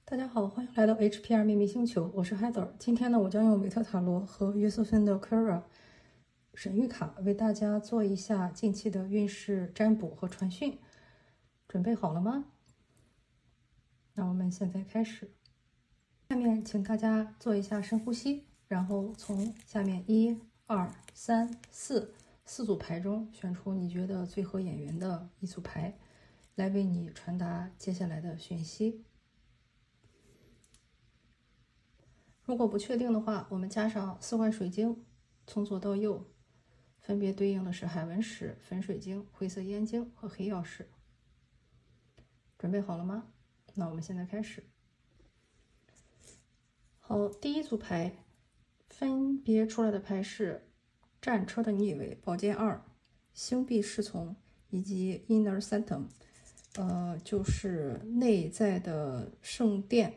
大家好，欢迎来到 HPR 秘密星球，我是 Heather。今天呢，我将用韦特塔罗和约瑟芬的 Quora 神谕卡为大家做一下近期的运势占卜和传讯。准备好了吗？那我们现在开始。下面请大家做一下深呼吸，然后从下面1、2、3、4组牌中选出你觉得最合眼缘的一组牌，来为你传达接下来的讯息。如果不确定的话，我们加上4块水晶，从左到右，分别对应的是海纹石、粉水晶、灰色烟晶和黑曜石。准备好了吗？那我们现在开始。好，第一组牌分别出来的牌是战车的逆位、宝剑2、星币侍从以及 Inner Sanctum， 就是内在的圣殿。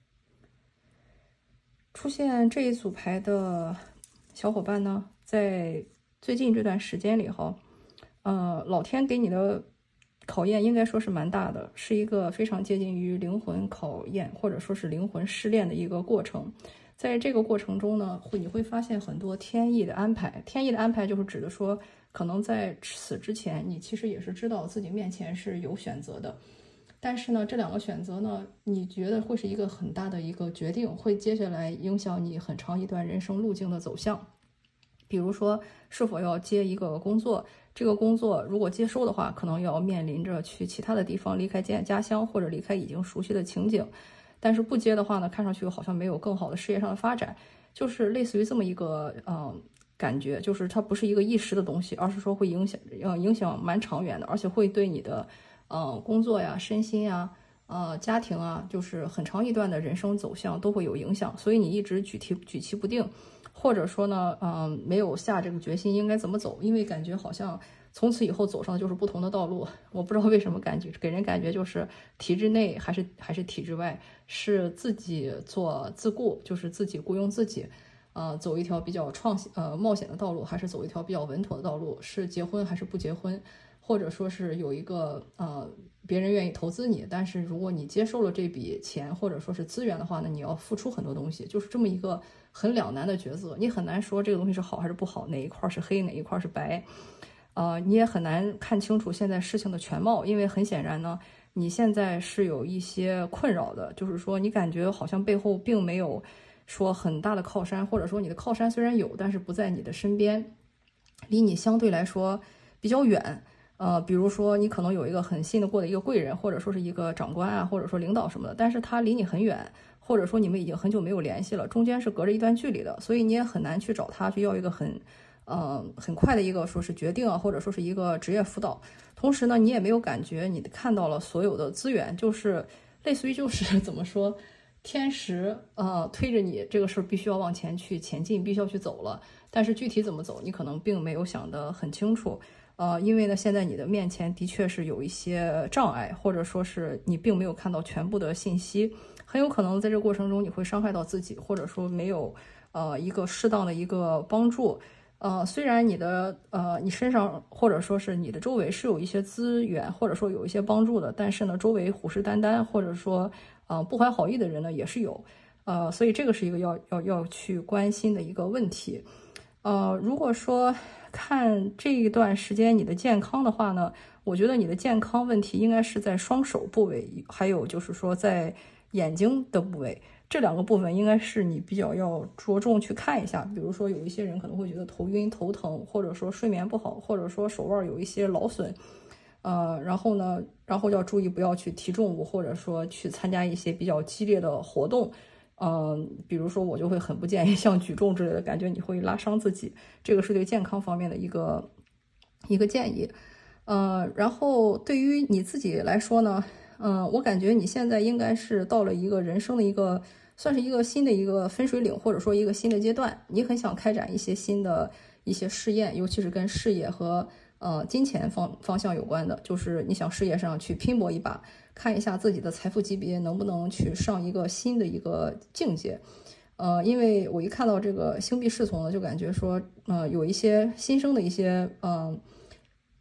出现这一组牌的小伙伴呢，在最近这段时间里老天给你的考验应该说是蛮大的，是一个非常接近于灵魂考验或者说是灵魂试炼的一个过程。在这个过程中呢，你会发现很多天意的安排。天意的安排就是指的说，可能在此之前，你其实也是知道自己面前是有选择的。但是呢，这2个选择呢，你觉得会是一个很大的一个决定，会接下来影响你很长一段人生路径的走向。比如说，是否要接一个工作，这个工作如果接收的话，可能要面临着去其他的地方，离开家乡或者离开已经熟悉的情景。但是不接的话呢，看上去好像没有更好的事业上的发展，就是类似于这么一个感觉，就是它不是一个一时的东西，而是说会影响蛮长远的，而且会对你的工作呀、身心呀、家庭啊，就是很长一段的人生走向都会有影响。所以你一直举棋不定，或者说呢，没有下这个决心应该怎么走，因为感觉好像从此以后走上的就是不同的道路。我不知道为什么给人感觉就是体制内还是体制外，是自己做自雇，就是自己雇佣自己。走一条比较冒险的道路，还是走一条比较稳妥的道路？是结婚还是不结婚？或者说是有一个别人愿意投资你，但是如果你接受了这笔钱或者说是资源的话呢，你要付出很多东西，就是这么一个很两难的抉择。你很难说这个东西是好还是不好，哪一块是黑哪一块是白。你也很难看清楚现在事情的全貌，因为很显然呢，你现在是有一些困扰的，就是说你感觉好像背后并没有说很大的靠山，或者说你的靠山虽然有，但是不在你的身边，离你相对来说比较远。比如说你可能有一个很信得过的一个贵人，或者说是一个长官啊，或者说领导什么的，但是他离你很远，或者说你们已经很久没有联系了，中间是隔着一段距离的，所以你也很难去找他去要一个很快的一个说是决定啊，或者说是一个职业辅导。同时呢，你也没有感觉你看到了所有的资源，就是类似于就是怎么说，天时推着你这个事儿必须要往前去前进，必须要去走了。但是具体怎么走，你可能并没有想得很清楚。因为呢，现在你的面前的确是有一些障碍，或者说是你并没有看到全部的信息，很有可能在这个过程中你会伤害到自己，或者说没有一个适当的一个帮助。虽然你身上或者说是你的周围是有一些资源，或者说有一些帮助的，但是呢，周围虎视眈眈，或者说不怀好意的人呢也是有。所以这个是一个要去关心的一个问题。如果说看这一段时间你的健康的话呢，我觉得你的健康问题应该是在双手部位，还有就是说在眼睛的部位，这2个部分应该是你比较要着重去看一下。比如说有一些人可能会觉得头晕头疼，或者说睡眠不好，或者说手腕有一些劳损。然后要注意不要去提重物，或者说去参加一些比较激烈的活动。比如说我就会很不建议像举重之类的，感觉你会拉伤自己，这个是对健康方面的一个建议。然后对于你自己来说呢，我感觉你现在应该是到了一个人生的算是一个新的一个分水岭，或者说一个新的阶段，你很想开展一些新的一些试验，尤其是跟事业和金钱方向有关的，就是你想事业上去拼搏一把，看一下自己的财富级别能不能去上一个新的一个境界。因为我一看到这个星币侍从呢，就感觉说有一些新生的一些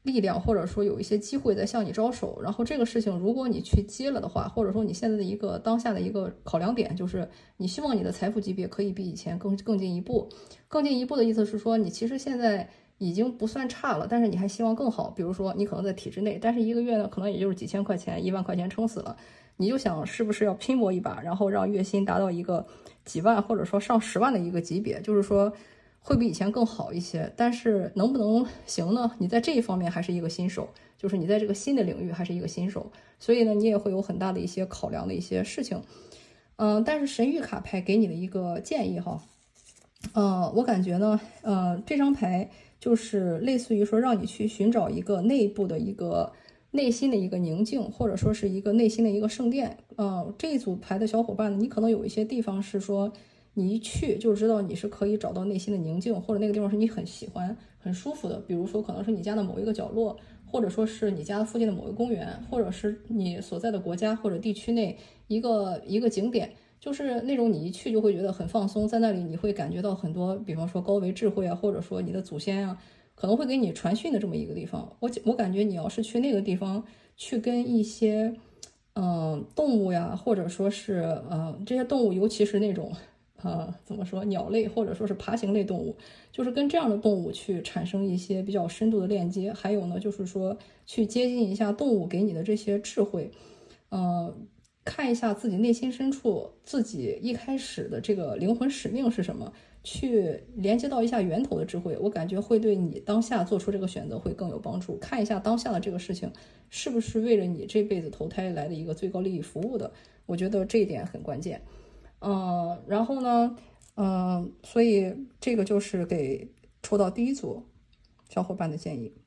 力量，或者说有一些机会在向你招手，然后这个事情如果你去接了的话，或者说你现在的一个当下的一个考量点，就是你希望你的财富级别可以比以前更进一步。更进一步的意思是说，你其实现在已经不算差了，但是你还希望更好。比如说你可能在体制内，但是一个月呢可能也就是几千块钱、1万块钱撑死了，你就想是不是要拼搏一把，然后让月薪达到一个几万或者说上10万的一个级别，就是说会比以前更好一些。但是能不能行呢？你在这一方面还是一个新手，就是你在这个新的领域还是一个新手，所以呢你也会有很大的一些考量的一些事情。但是神谕卡牌给你的一个建议哈，我感觉呢，这张牌就是类似于说让你去寻找一个内部的一个内心的一个宁静，或者说是一个内心的一个圣殿。这一组牌的小伙伴呢，你可能有一些地方是说你一去就知道你是可以找到内心的宁静，或者那个地方是你很喜欢很舒服的，比如说可能是你家的某一个角落，或者说是你家附近的某个公园，或者是你所在的国家或者地区内一个景点，就是那种你一去就会觉得很放松，在那里你会感觉到很多，比方说高维智慧啊，或者说你的祖先啊可能会给你传讯的这么一个地方。我感觉你要是去那个地方去跟一些动物呀，或者说是这些动物，尤其是那种怎么说鸟类或者说是爬行类动物，就是跟这样的动物去产生一些比较深度的链接。还有呢就是说去接近一下动物给你的这些智慧，看一下自己内心深处自己一开始的这个灵魂使命是什么，去连接到一下源头的智慧，我感觉会对你当下做出这个选择会更有帮助。看一下当下的这个事情是不是为了你这辈子投胎来的一个最高利益服务的，我觉得这一点很关键。然后呢所以这个就是给抽到第一组小伙伴的建议。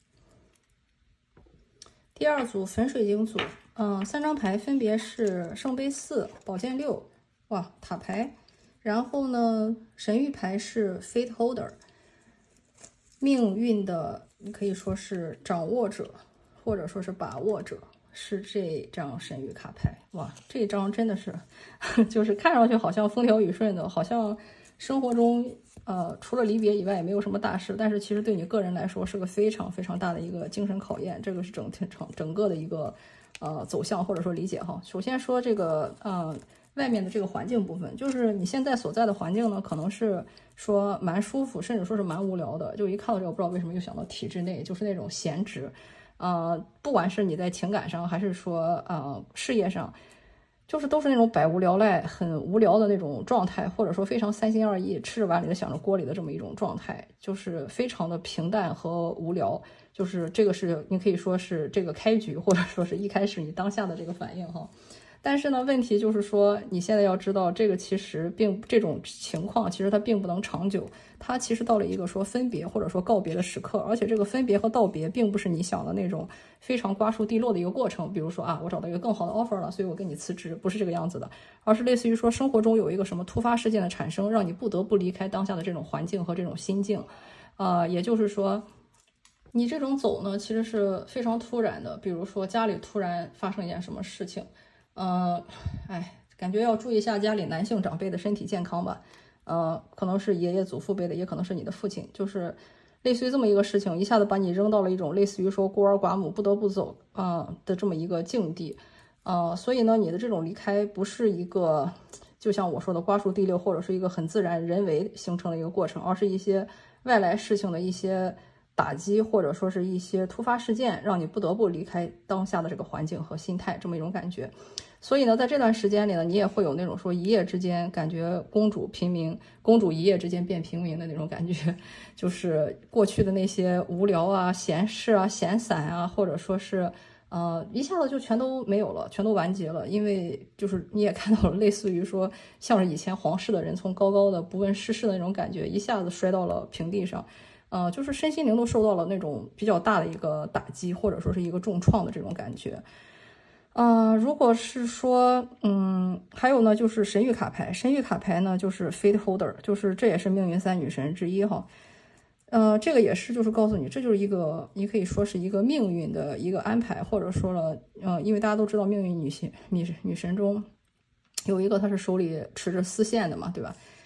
第二组粉水晶组，3张牌分别是圣杯4、宝剑6，哇，塔牌。然后呢，神谕牌是 Fate Holder， 命运的你可以说是掌握者，或者说是把握者，是这张神谕卡牌。哇，这张真的是，就是看上去好像风调雨顺的，好像生活中除了离别以外也没有什么大事，但是其实对你个人来说是个非常非常大的一个精神考验，这个是整个的一个走向或者说理解哈。首先说这个外面的这个环境部分，就是你现在所在的环境呢，可能是说蛮舒服，甚至说是蛮无聊的。就一看到这个，不知道为什么又想到体制内，就是那种闲职，不管是你在情感上还是说事业上，就是都是那种百无聊赖、很无聊的那种状态，或者说非常三心二意、吃着碗里的想着锅里的这么一种状态，就是非常的平淡和无聊。就是这个是你可以说是这个开局，或者说是一开始你当下的这个反应哈。但是呢，问题就是说，你现在要知道，这个其实这种情况其实它并不能长久，它其实到了一个说分别或者说告别的时刻，而且这个分别和道别并不是你想的那种非常瓜熟蒂落的一个过程。比如说我找到一个更好的 offer 了，所以我跟你辞职，不是这个样子的，而是类似于说生活中有一个什么突发事件的产生，让你不得不离开当下的这种环境和这种心境，也就是说。你这种走呢，其实是非常突然的，比如说家里突然发生一件什么事情，感觉要注意一下家里男性长辈的身体健康吧，可能是爷爷祖父辈的，也可能是你的父亲，就是类似于这么一个事情，一下子把你扔到了一种类似于说孤儿寡母不得不走的这么一个境地，所以呢，你的这种离开不是一个就像我说的瓜熟蒂落，或者是一个很自然人为形成的一个过程，而是一些外来事情的一些打击，或者说是一些突发事件，让你不得不离开当下的这个环境和心态，这么一种感觉。所以呢，在这段时间里呢，你也会有那种说一夜之间感觉公主一夜之间变平民的那种感觉，就是过去的那些无聊啊、闲事啊、闲散啊，或者说是一下子就全都没有了，全都完结了。因为就是你也看到了，类似于说像是以前皇室的人从高高的不问世事的那种感觉，一下子摔到了平地上。就是身心灵都受到了那种比较大的一个打击，或者说是一个重创的这种感觉。如果是说，还有呢，就是神谕卡牌，神谕卡牌呢就是 Fate Holder， 就是这也是命运3女神之一哈。这个也是就是告诉你，这就是一个你可以说是一个命运的一个安排，或者说了，因为大家都知道命运女神中有一个她是手里持着丝线的嘛，对吧？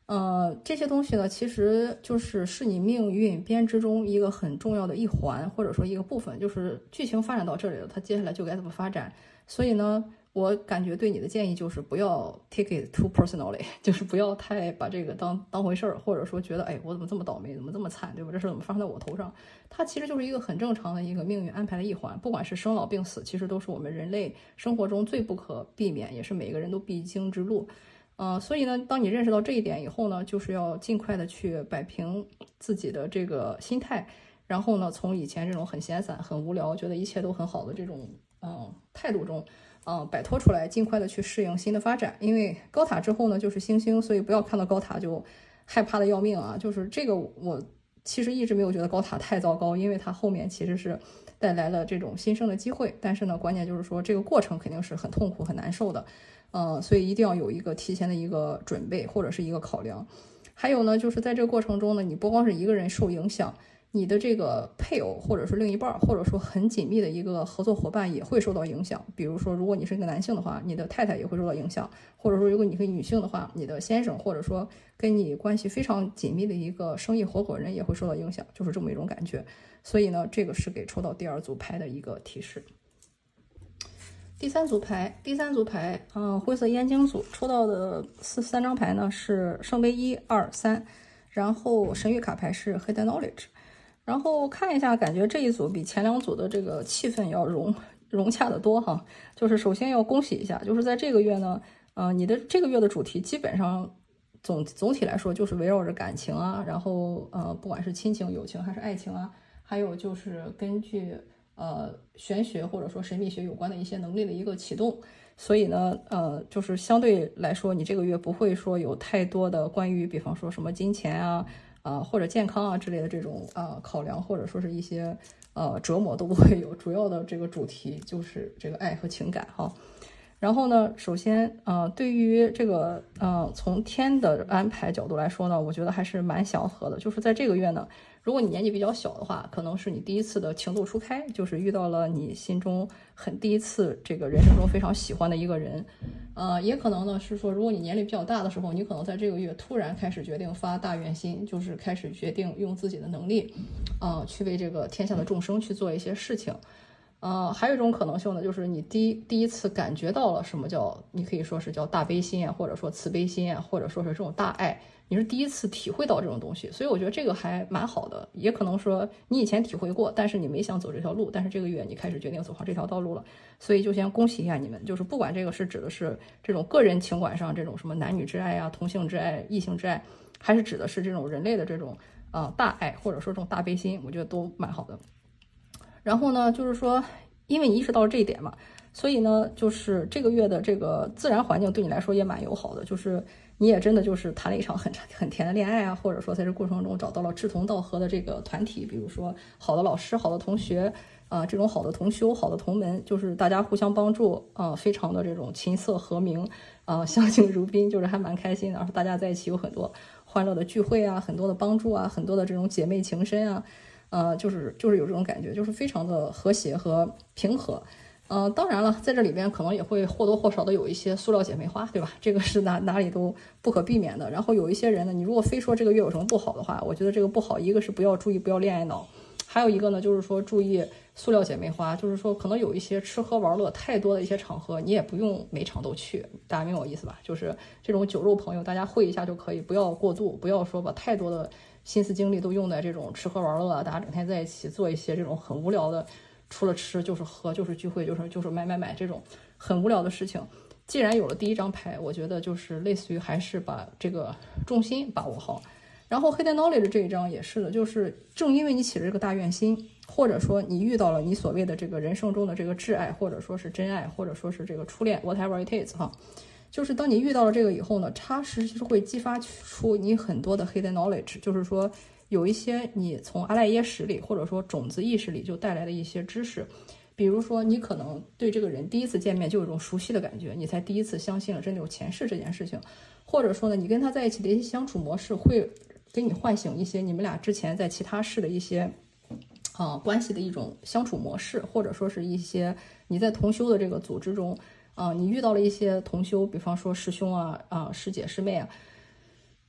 这些东西呢，其实是你命运编织中一个很重要的一环，或者说一个部分，就是剧情发展到这里了，它接下来就该怎么发展。所以呢，我感觉对你的建议就是不要 take it too personally， 就是不要太把这个当回事儿，或者说觉得哎，我怎么这么倒霉，怎么这么惨，对吧？这事怎么发生在我头上？它其实就是一个很正常的一个命运安排的一环，不管是生老病死，其实都是我们人类生活中最不可避免，也是每个人都必经之路。所以呢，当你认识到这一点以后呢，就是要尽快的去摆平自己的这个心态，然后呢，从以前这种很闲散、很无聊，觉得一切都很好的这种态度中，摆脱出来，尽快的去适应新的发展。因为高塔之后呢，就是星星，所以不要看到高塔就害怕的要命啊！就是这个，我其实一直没有觉得高塔太糟糕，因为它后面其实是带来了这种新生的机会。但是呢，关键就是说这个过程肯定是很痛苦、很难受的。所以一定要有一个提前的一个准备或者是一个考量。还有呢，就是在这个过程中呢，你不光是一个人受影响，你的这个配偶或者是另一半，或者说很紧密的一个合作伙伴也会受到影响。比如说，如果你是一个男性的话，你的太太也会受到影响；或者说，如果你是女性的话，你的先生或者说跟你关系非常紧密的一个生意合伙人也会受到影响，就是这么一种感觉。所以呢，这个是给抽到第二组牌的一个提示。第三组牌，灰色燕京组抽到的三张牌呢是圣杯1、2、3，然后神谕卡牌是 Hidden Knowledge。然后看一下，感觉这一组比前两组的这个气氛要融洽的多哈。就是首先要恭喜一下，就是在这个月呢，你的这个月的主题基本上总体来说就是围绕着感情啊，然后不管是亲情、友情还是爱情啊，还有就是根据玄学或者说神秘学有关的一些能力的一个启动。所以呢就是相对来说你这个月不会说有太多的关于比方说什么金钱啊或者健康啊之类的这种考量，或者说是一些折磨都不会有，主要的这个主题就是这个爱和情感哈。然后呢，首先对于这个从天的安排角度来说呢，我觉得还是蛮祥和的。就是在这个月呢，如果你年纪比较小的话，可能是你第一次的情窦初开，就是遇到了你心中第一次这个人生中非常喜欢的一个人。也可能呢是说，如果你年龄比较大的时候，你可能在这个月突然开始决定发大愿心，就是开始决定用自己的能力去为这个天下的众生去做一些事情。还有一种可能性呢，就是你第一次感觉到了什么叫，你可以说是叫大悲心啊，或者说慈悲心啊，或者说是这种大爱，你是第一次体会到这种东西，所以我觉得这个还蛮好的。也可能说你以前体会过，但是你没想走这条路，但是这个月你开始决定走上这条道路了，所以就先恭喜一下你们。就是不管这个是指的是这种个人情感上这种什么男女之爱啊、同性之爱、异性之爱，还是指的是这种人类的这种大爱，或者说这种大悲心，我觉得都蛮好的。然后呢，就是说，因为你意识到了这一点嘛，所以呢，就是这个月的这个自然环境对你来说也蛮友好的，就是你也真的就是谈了一场很甜的恋爱啊，或者说在这过程中找到了志同道合的这个团体，比如说好的老师、好的同学这种好的同修、好的同门，就是大家互相帮助非常的这种琴瑟和鸣相敬如宾，就是还蛮开心的。然后大家在一起有很多欢乐的聚会啊，很多的帮助啊，很多的这种姐妹情深啊。就是有这种感觉，就是非常的和谐和平和。当然了，在这里边可能也会或多或少的有一些塑料姐妹花，对吧？这个是哪里都不可避免的。然后有一些人呢，你如果非说这个月有什么不好的话，我觉得这个不好，一个是不要恋爱脑，还有一个呢就是说注意塑料姐妹花，就是说可能有一些吃喝玩乐太多的一些场合，你也不用每场都去，大家明白我意思吧？就是这种酒肉朋友，大家会一下就可以，不要过度，不要说把太多的心思精力都用在这种吃喝玩乐，大家整天在一起做一些这种很无聊的，除了吃就是喝就是聚会就是买这种很无聊的事情。既然有了第一张牌，我觉得就是类似于还是把这个重心把握好。然后 Hidden Knowledge 这一张也是的，就是正因为你起了这个大愿心，或者说你遇到了你所谓的这个人生中的这个挚爱，或者说是真爱，或者说是这个初恋 whatever it is 哈，就是当你遇到了这个以后呢，它其实会激发出你很多的 hidden knowledge， 就是说有一些你从阿赖耶识里或者说种子意识里就带来的一些知识。比如说你可能对这个人第一次见面就有一种熟悉的感觉，你才第一次相信了真的有前世这件事情，或者说呢你跟他在一起的一些相处模式会给你唤醒一些你们俩之前在其他世的一些关系的一种相处模式，或者说是一些你在同修的这个组织中你遇到了一些同修，比方说师兄师姐师妹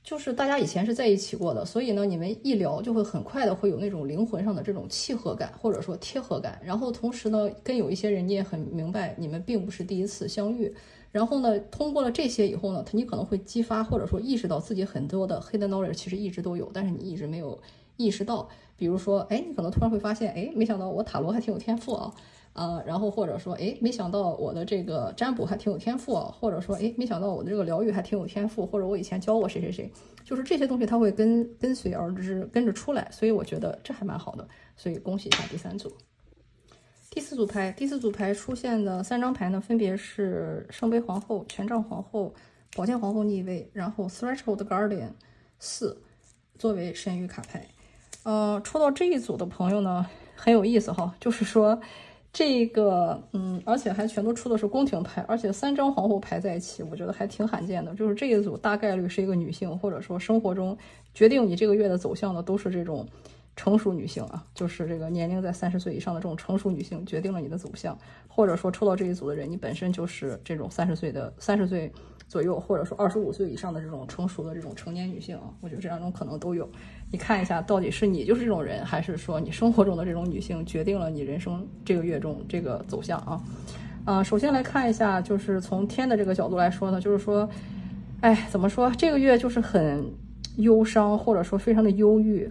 就是大家以前是在一起过的，所以呢，你们一聊就会很快的会有那种灵魂上的这种契合感，或者说贴合感。然后同时呢，跟有一些人你也很明白，你们并不是第一次相遇。然后呢，通过了这些以后呢，你可能会激发或者说意识到自己很多的 hidden knowledge 其实一直都有，但是你一直没有意识到。比如说，哎，你可能突然会发现，哎，没想到我塔罗还挺有天赋啊。然后或者说，哎，没想到我的这个占卜还挺有天赋啊，或者说，哎，没想到我的这个疗愈还挺有天赋，或者我以前教过谁谁谁，就是这些东西它会跟随而至，跟着出来，所以我觉得这还蛮好的，所以恭喜一下第3组。第四组牌出现的3张牌呢，分别是圣杯皇后、权杖皇后、宝剑皇后逆位，然后 Threshold Guardian 4作为神谕卡牌。抽到这一组的朋友呢，很有意思哈，就是说。这个而且还全都出的是宫廷牌，而且3张皇后牌在一起，我觉得还挺罕见的。就是这一组大概率是一个女性，或者说生活中决定你这个月的走向的都是这种成熟女性啊，就是这个年龄在30岁以上的这种成熟女性决定了你的走向，或者说抽到这一组的人，你本身就是这种30岁左右，或者说25岁以上的这种成熟的这种成年女性啊，我觉得这2种可能都有。你看一下，到底是你就是这种人，还是说你生活中的这种女性决定了你人生这个月中这个走向啊？首先来看一下，就是从天的这个角度来说呢，就是说，哎，怎么说？这个月就是很忧伤，或者说非常的忧郁，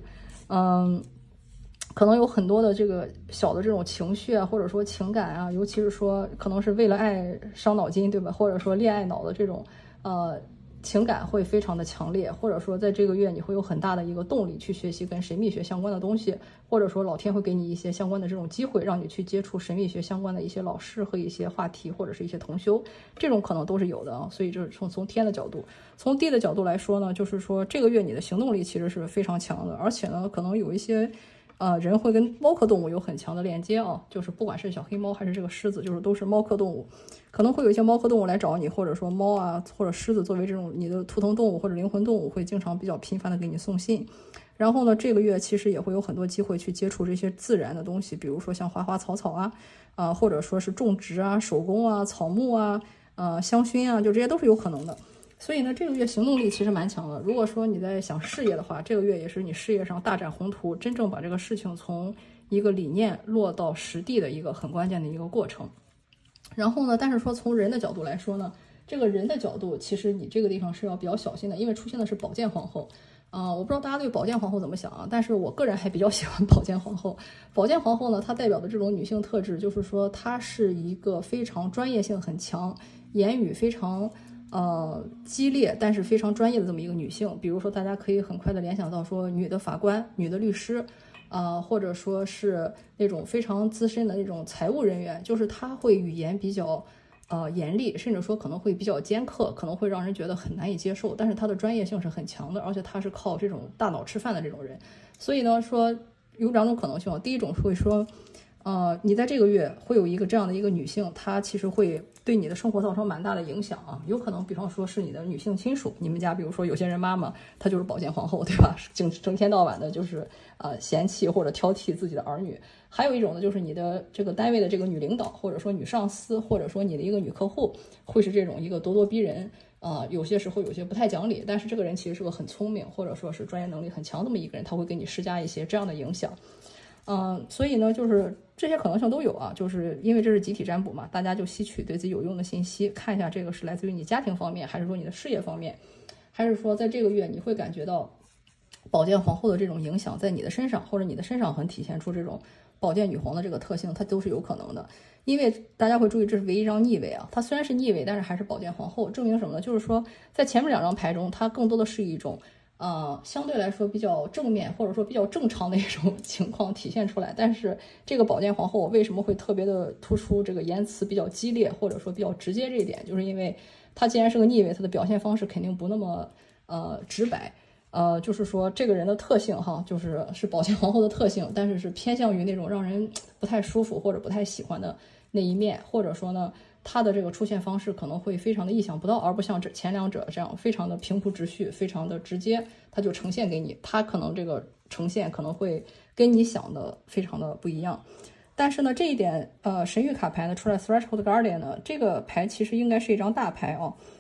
可能有很多的这个小的这种情绪啊，或者说情感啊，尤其是说可能是为了爱伤脑筋，对吧？或者说恋爱脑的这种情感会非常的强烈，或者说在这个月你会有很大的一个动力去学习跟神秘学相关的东西，或者说老天会给你一些相关的这种机会，让你去接触神秘学相关的一些老师和一些话题，或者是一些同修，这种可能都是有的啊。所以就是从天的角度，从地的角度来说呢，就是说这个月你的行动力其实是非常强的，而且呢，可能有一些人会跟猫科动物有很强的链接啊，就是不管是小黑猫还是这个狮子，就是都是猫科动物，可能会有一些猫科动物来找你，或者说猫啊或者狮子作为这种你的图腾动物或者灵魂动物，会经常比较频繁的给你送信。然后呢，这个月其实也会有很多机会去接触这些自然的东西，比如说像花花草草啊，或者说是种植啊、手工啊、草木啊、香薰啊，就这些都是有可能的。所以呢，这个月行动力其实蛮强的。如果说你在想事业的话，这个月也是你事业上大展宏图，真正把这个事情从一个理念落到实地的一个很关键的一个过程。然后呢，但是说从人的角度来说呢，这个人的角度，其实你这个地方是要比较小心的，因为出现的是宝剑皇后。我不知道大家对宝剑皇后怎么想啊，但是我个人还比较喜欢宝剑皇后。宝剑皇后呢，它代表的这种女性特质，就是说她是一个非常专业性很强，言语非常激烈，但是非常专业的这么一个女性。比如说大家可以很快的联想到说女的法官、女的律师，或者说是那种非常资深的那种财务人员，就是她会语言比较严厉，甚至说可能会比较尖刻，可能会让人觉得很难以接受，但是他的专业性是很强的，而且他是靠这种大脑吃饭的这种人。所以呢，说有2种可能性，第一种会说你在这个月会有一个这样的一个女性，她其实会对你的生活造成蛮大的影响啊，有可能比方说是你的女性亲属，你们家比如说有些人妈妈她就是宝剑皇后，对吧？整天到晚的就是嫌弃或者挑剔自己的儿女。还有一种呢，就是你的这个单位的这个女领导，或者说女上司，或者说你的一个女客户，会是这种一个咄咄逼人有些时候有些不太讲理，但是这个人其实是个很聪明，或者说是专业能力很强这么一个人，他会给你施加一些这样的影响。所以呢，就是这些可能性都有啊，就是因为这是集体占卜嘛，大家就吸取对自己有用的信息，看一下这个是来自于你家庭方面，还是说你的事业方面，还是说在这个月你会感觉到宝剑皇后的这种影响在你的身上，或者你的身上很体现出这种宝剑女皇的这个特性，它都是有可能的。因为大家会注意，这是唯一一张逆位啊，它虽然是逆位，但是还是宝剑皇后，证明什么呢？就是说在前面2张牌中，它更多的是一种相对来说比较正面或者说比较正常的一种情况体现出来。但是这个宝剑皇后为什么会特别的突出这个言辞比较激烈或者说比较直接这一点，就是因为它既然是个逆位，它的表现方式肯定不那么直白。就是说这个人的特性哈，是宝剑皇后的特性，但是是偏向于那种让人不太舒服或者不太喜欢的那一面，或者说呢，他的这个出现方式可能会非常的意想不到，而不像前2者这样非常的平铺直叙，非常的直接，他就呈现给你，他可能这个呈现可能会跟你想的非常的不一样。但是呢，这一点神谕卡牌呢出来 Threshold Guardian 呢，这个牌其实应该是一张大牌哦。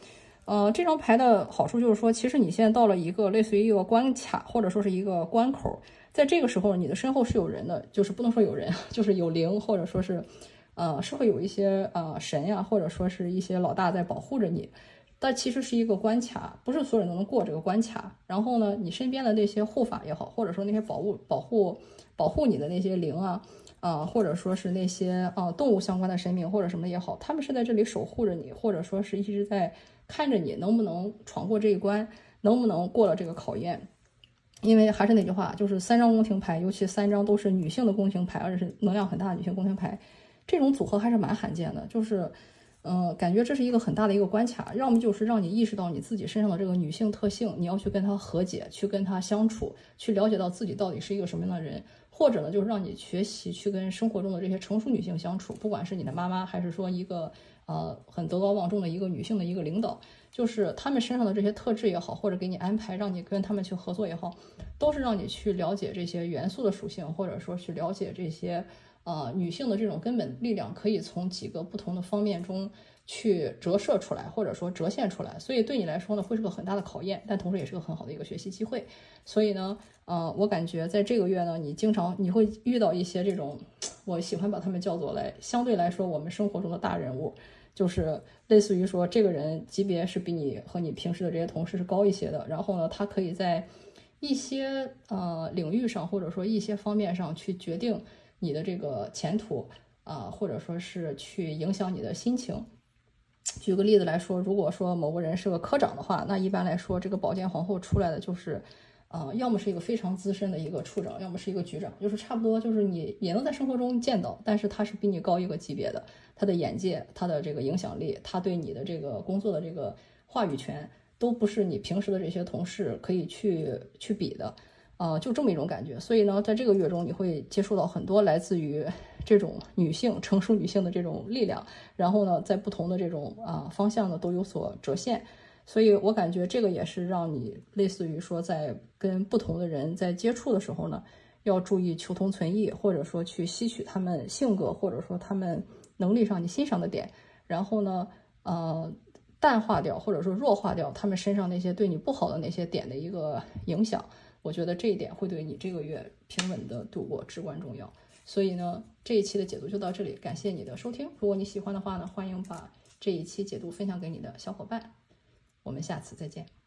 这张牌的好处就是说，其实你现在到了一个类似于一个关卡，或者说是一个关口，在这个时候，你的身后是有人的，就是不能说有人，就是有灵，或者说是，是会有一些神呀，或者说是一些老大在保护着你。但其实是一个关卡，不是所有人都能过这个关卡。然后呢，你身边的那些护法也好，或者说那些保护你的那些灵啊，或者说是那些动物相关的生命或者什么也好，他们是在这里守护着你，或者说是一直在看着你能不能闯过这一关，能不能过了这个考验。因为还是那句话，就是3张宫廷牌，尤其3张都是女性的宫廷牌，而且是能量很大的女性宫廷牌，这种组合还是蛮罕见的。就是感觉这是一个很大的一个关卡，要么就是让你意识到你自己身上的这个女性特性，你要去跟她和解，去跟她相处，去了解到自己到底是一个什么样的人，或者呢，就是让你学习去跟生活中的这些成熟女性相处，不管是你的妈妈，还是说一个很德高望重的一个女性的一个领导，就是她们身上的这些特质也好，或者给你安排让你跟她们去合作也好，都是让你去了解这些元素的属性，或者说去了解这些女性的这种根本力量可以从几个不同的方面中去折射出来，或者说折现出来，所以对你来说呢，会是个很大的考验，但同时也是个很好的一个学习机会。所以呢，我感觉在这个月呢，你会遇到一些这种，我喜欢把他们叫做相对来说我们生活中的大人物，就是类似于说这个人级别是比你和你平时的这些同事是高一些的，然后呢，他可以在一些领域上，或者说一些方面上去决定你的这个前途或者说是去影响你的心情。举个例子来说，如果说某个人是个科长的话，那一般来说，这个宝剑皇后出来的就是，要么是一个非常资深的一个处长，要么是一个局长，就是差不多就是你也能在生活中见到，但是他是比你高一个级别的，他的眼界、他的这个影响力、他对你的这个工作的这个话语权，都不是你平时的这些同事可以去比的。就这么一种感觉。所以呢，在这个月中，你会接触到很多来自于这种女性、成熟女性的这种力量，然后呢，在不同的这种方向呢都有所折现。所以我感觉这个也是让你类似于说，在跟不同的人在接触的时候呢，要注意求同存异，或者说去吸取他们性格或者说他们能力上你欣赏的点，然后呢，淡化掉或者说弱化掉他们身上那些对你不好的那些点的一个影响。我觉得这一点会对你这个月平稳的度过至关重要。所以呢，这一期的解读就到这里，感谢你的收听。如果你喜欢的话呢，欢迎把这一期解读分享给你的小伙伴。我们下次再见。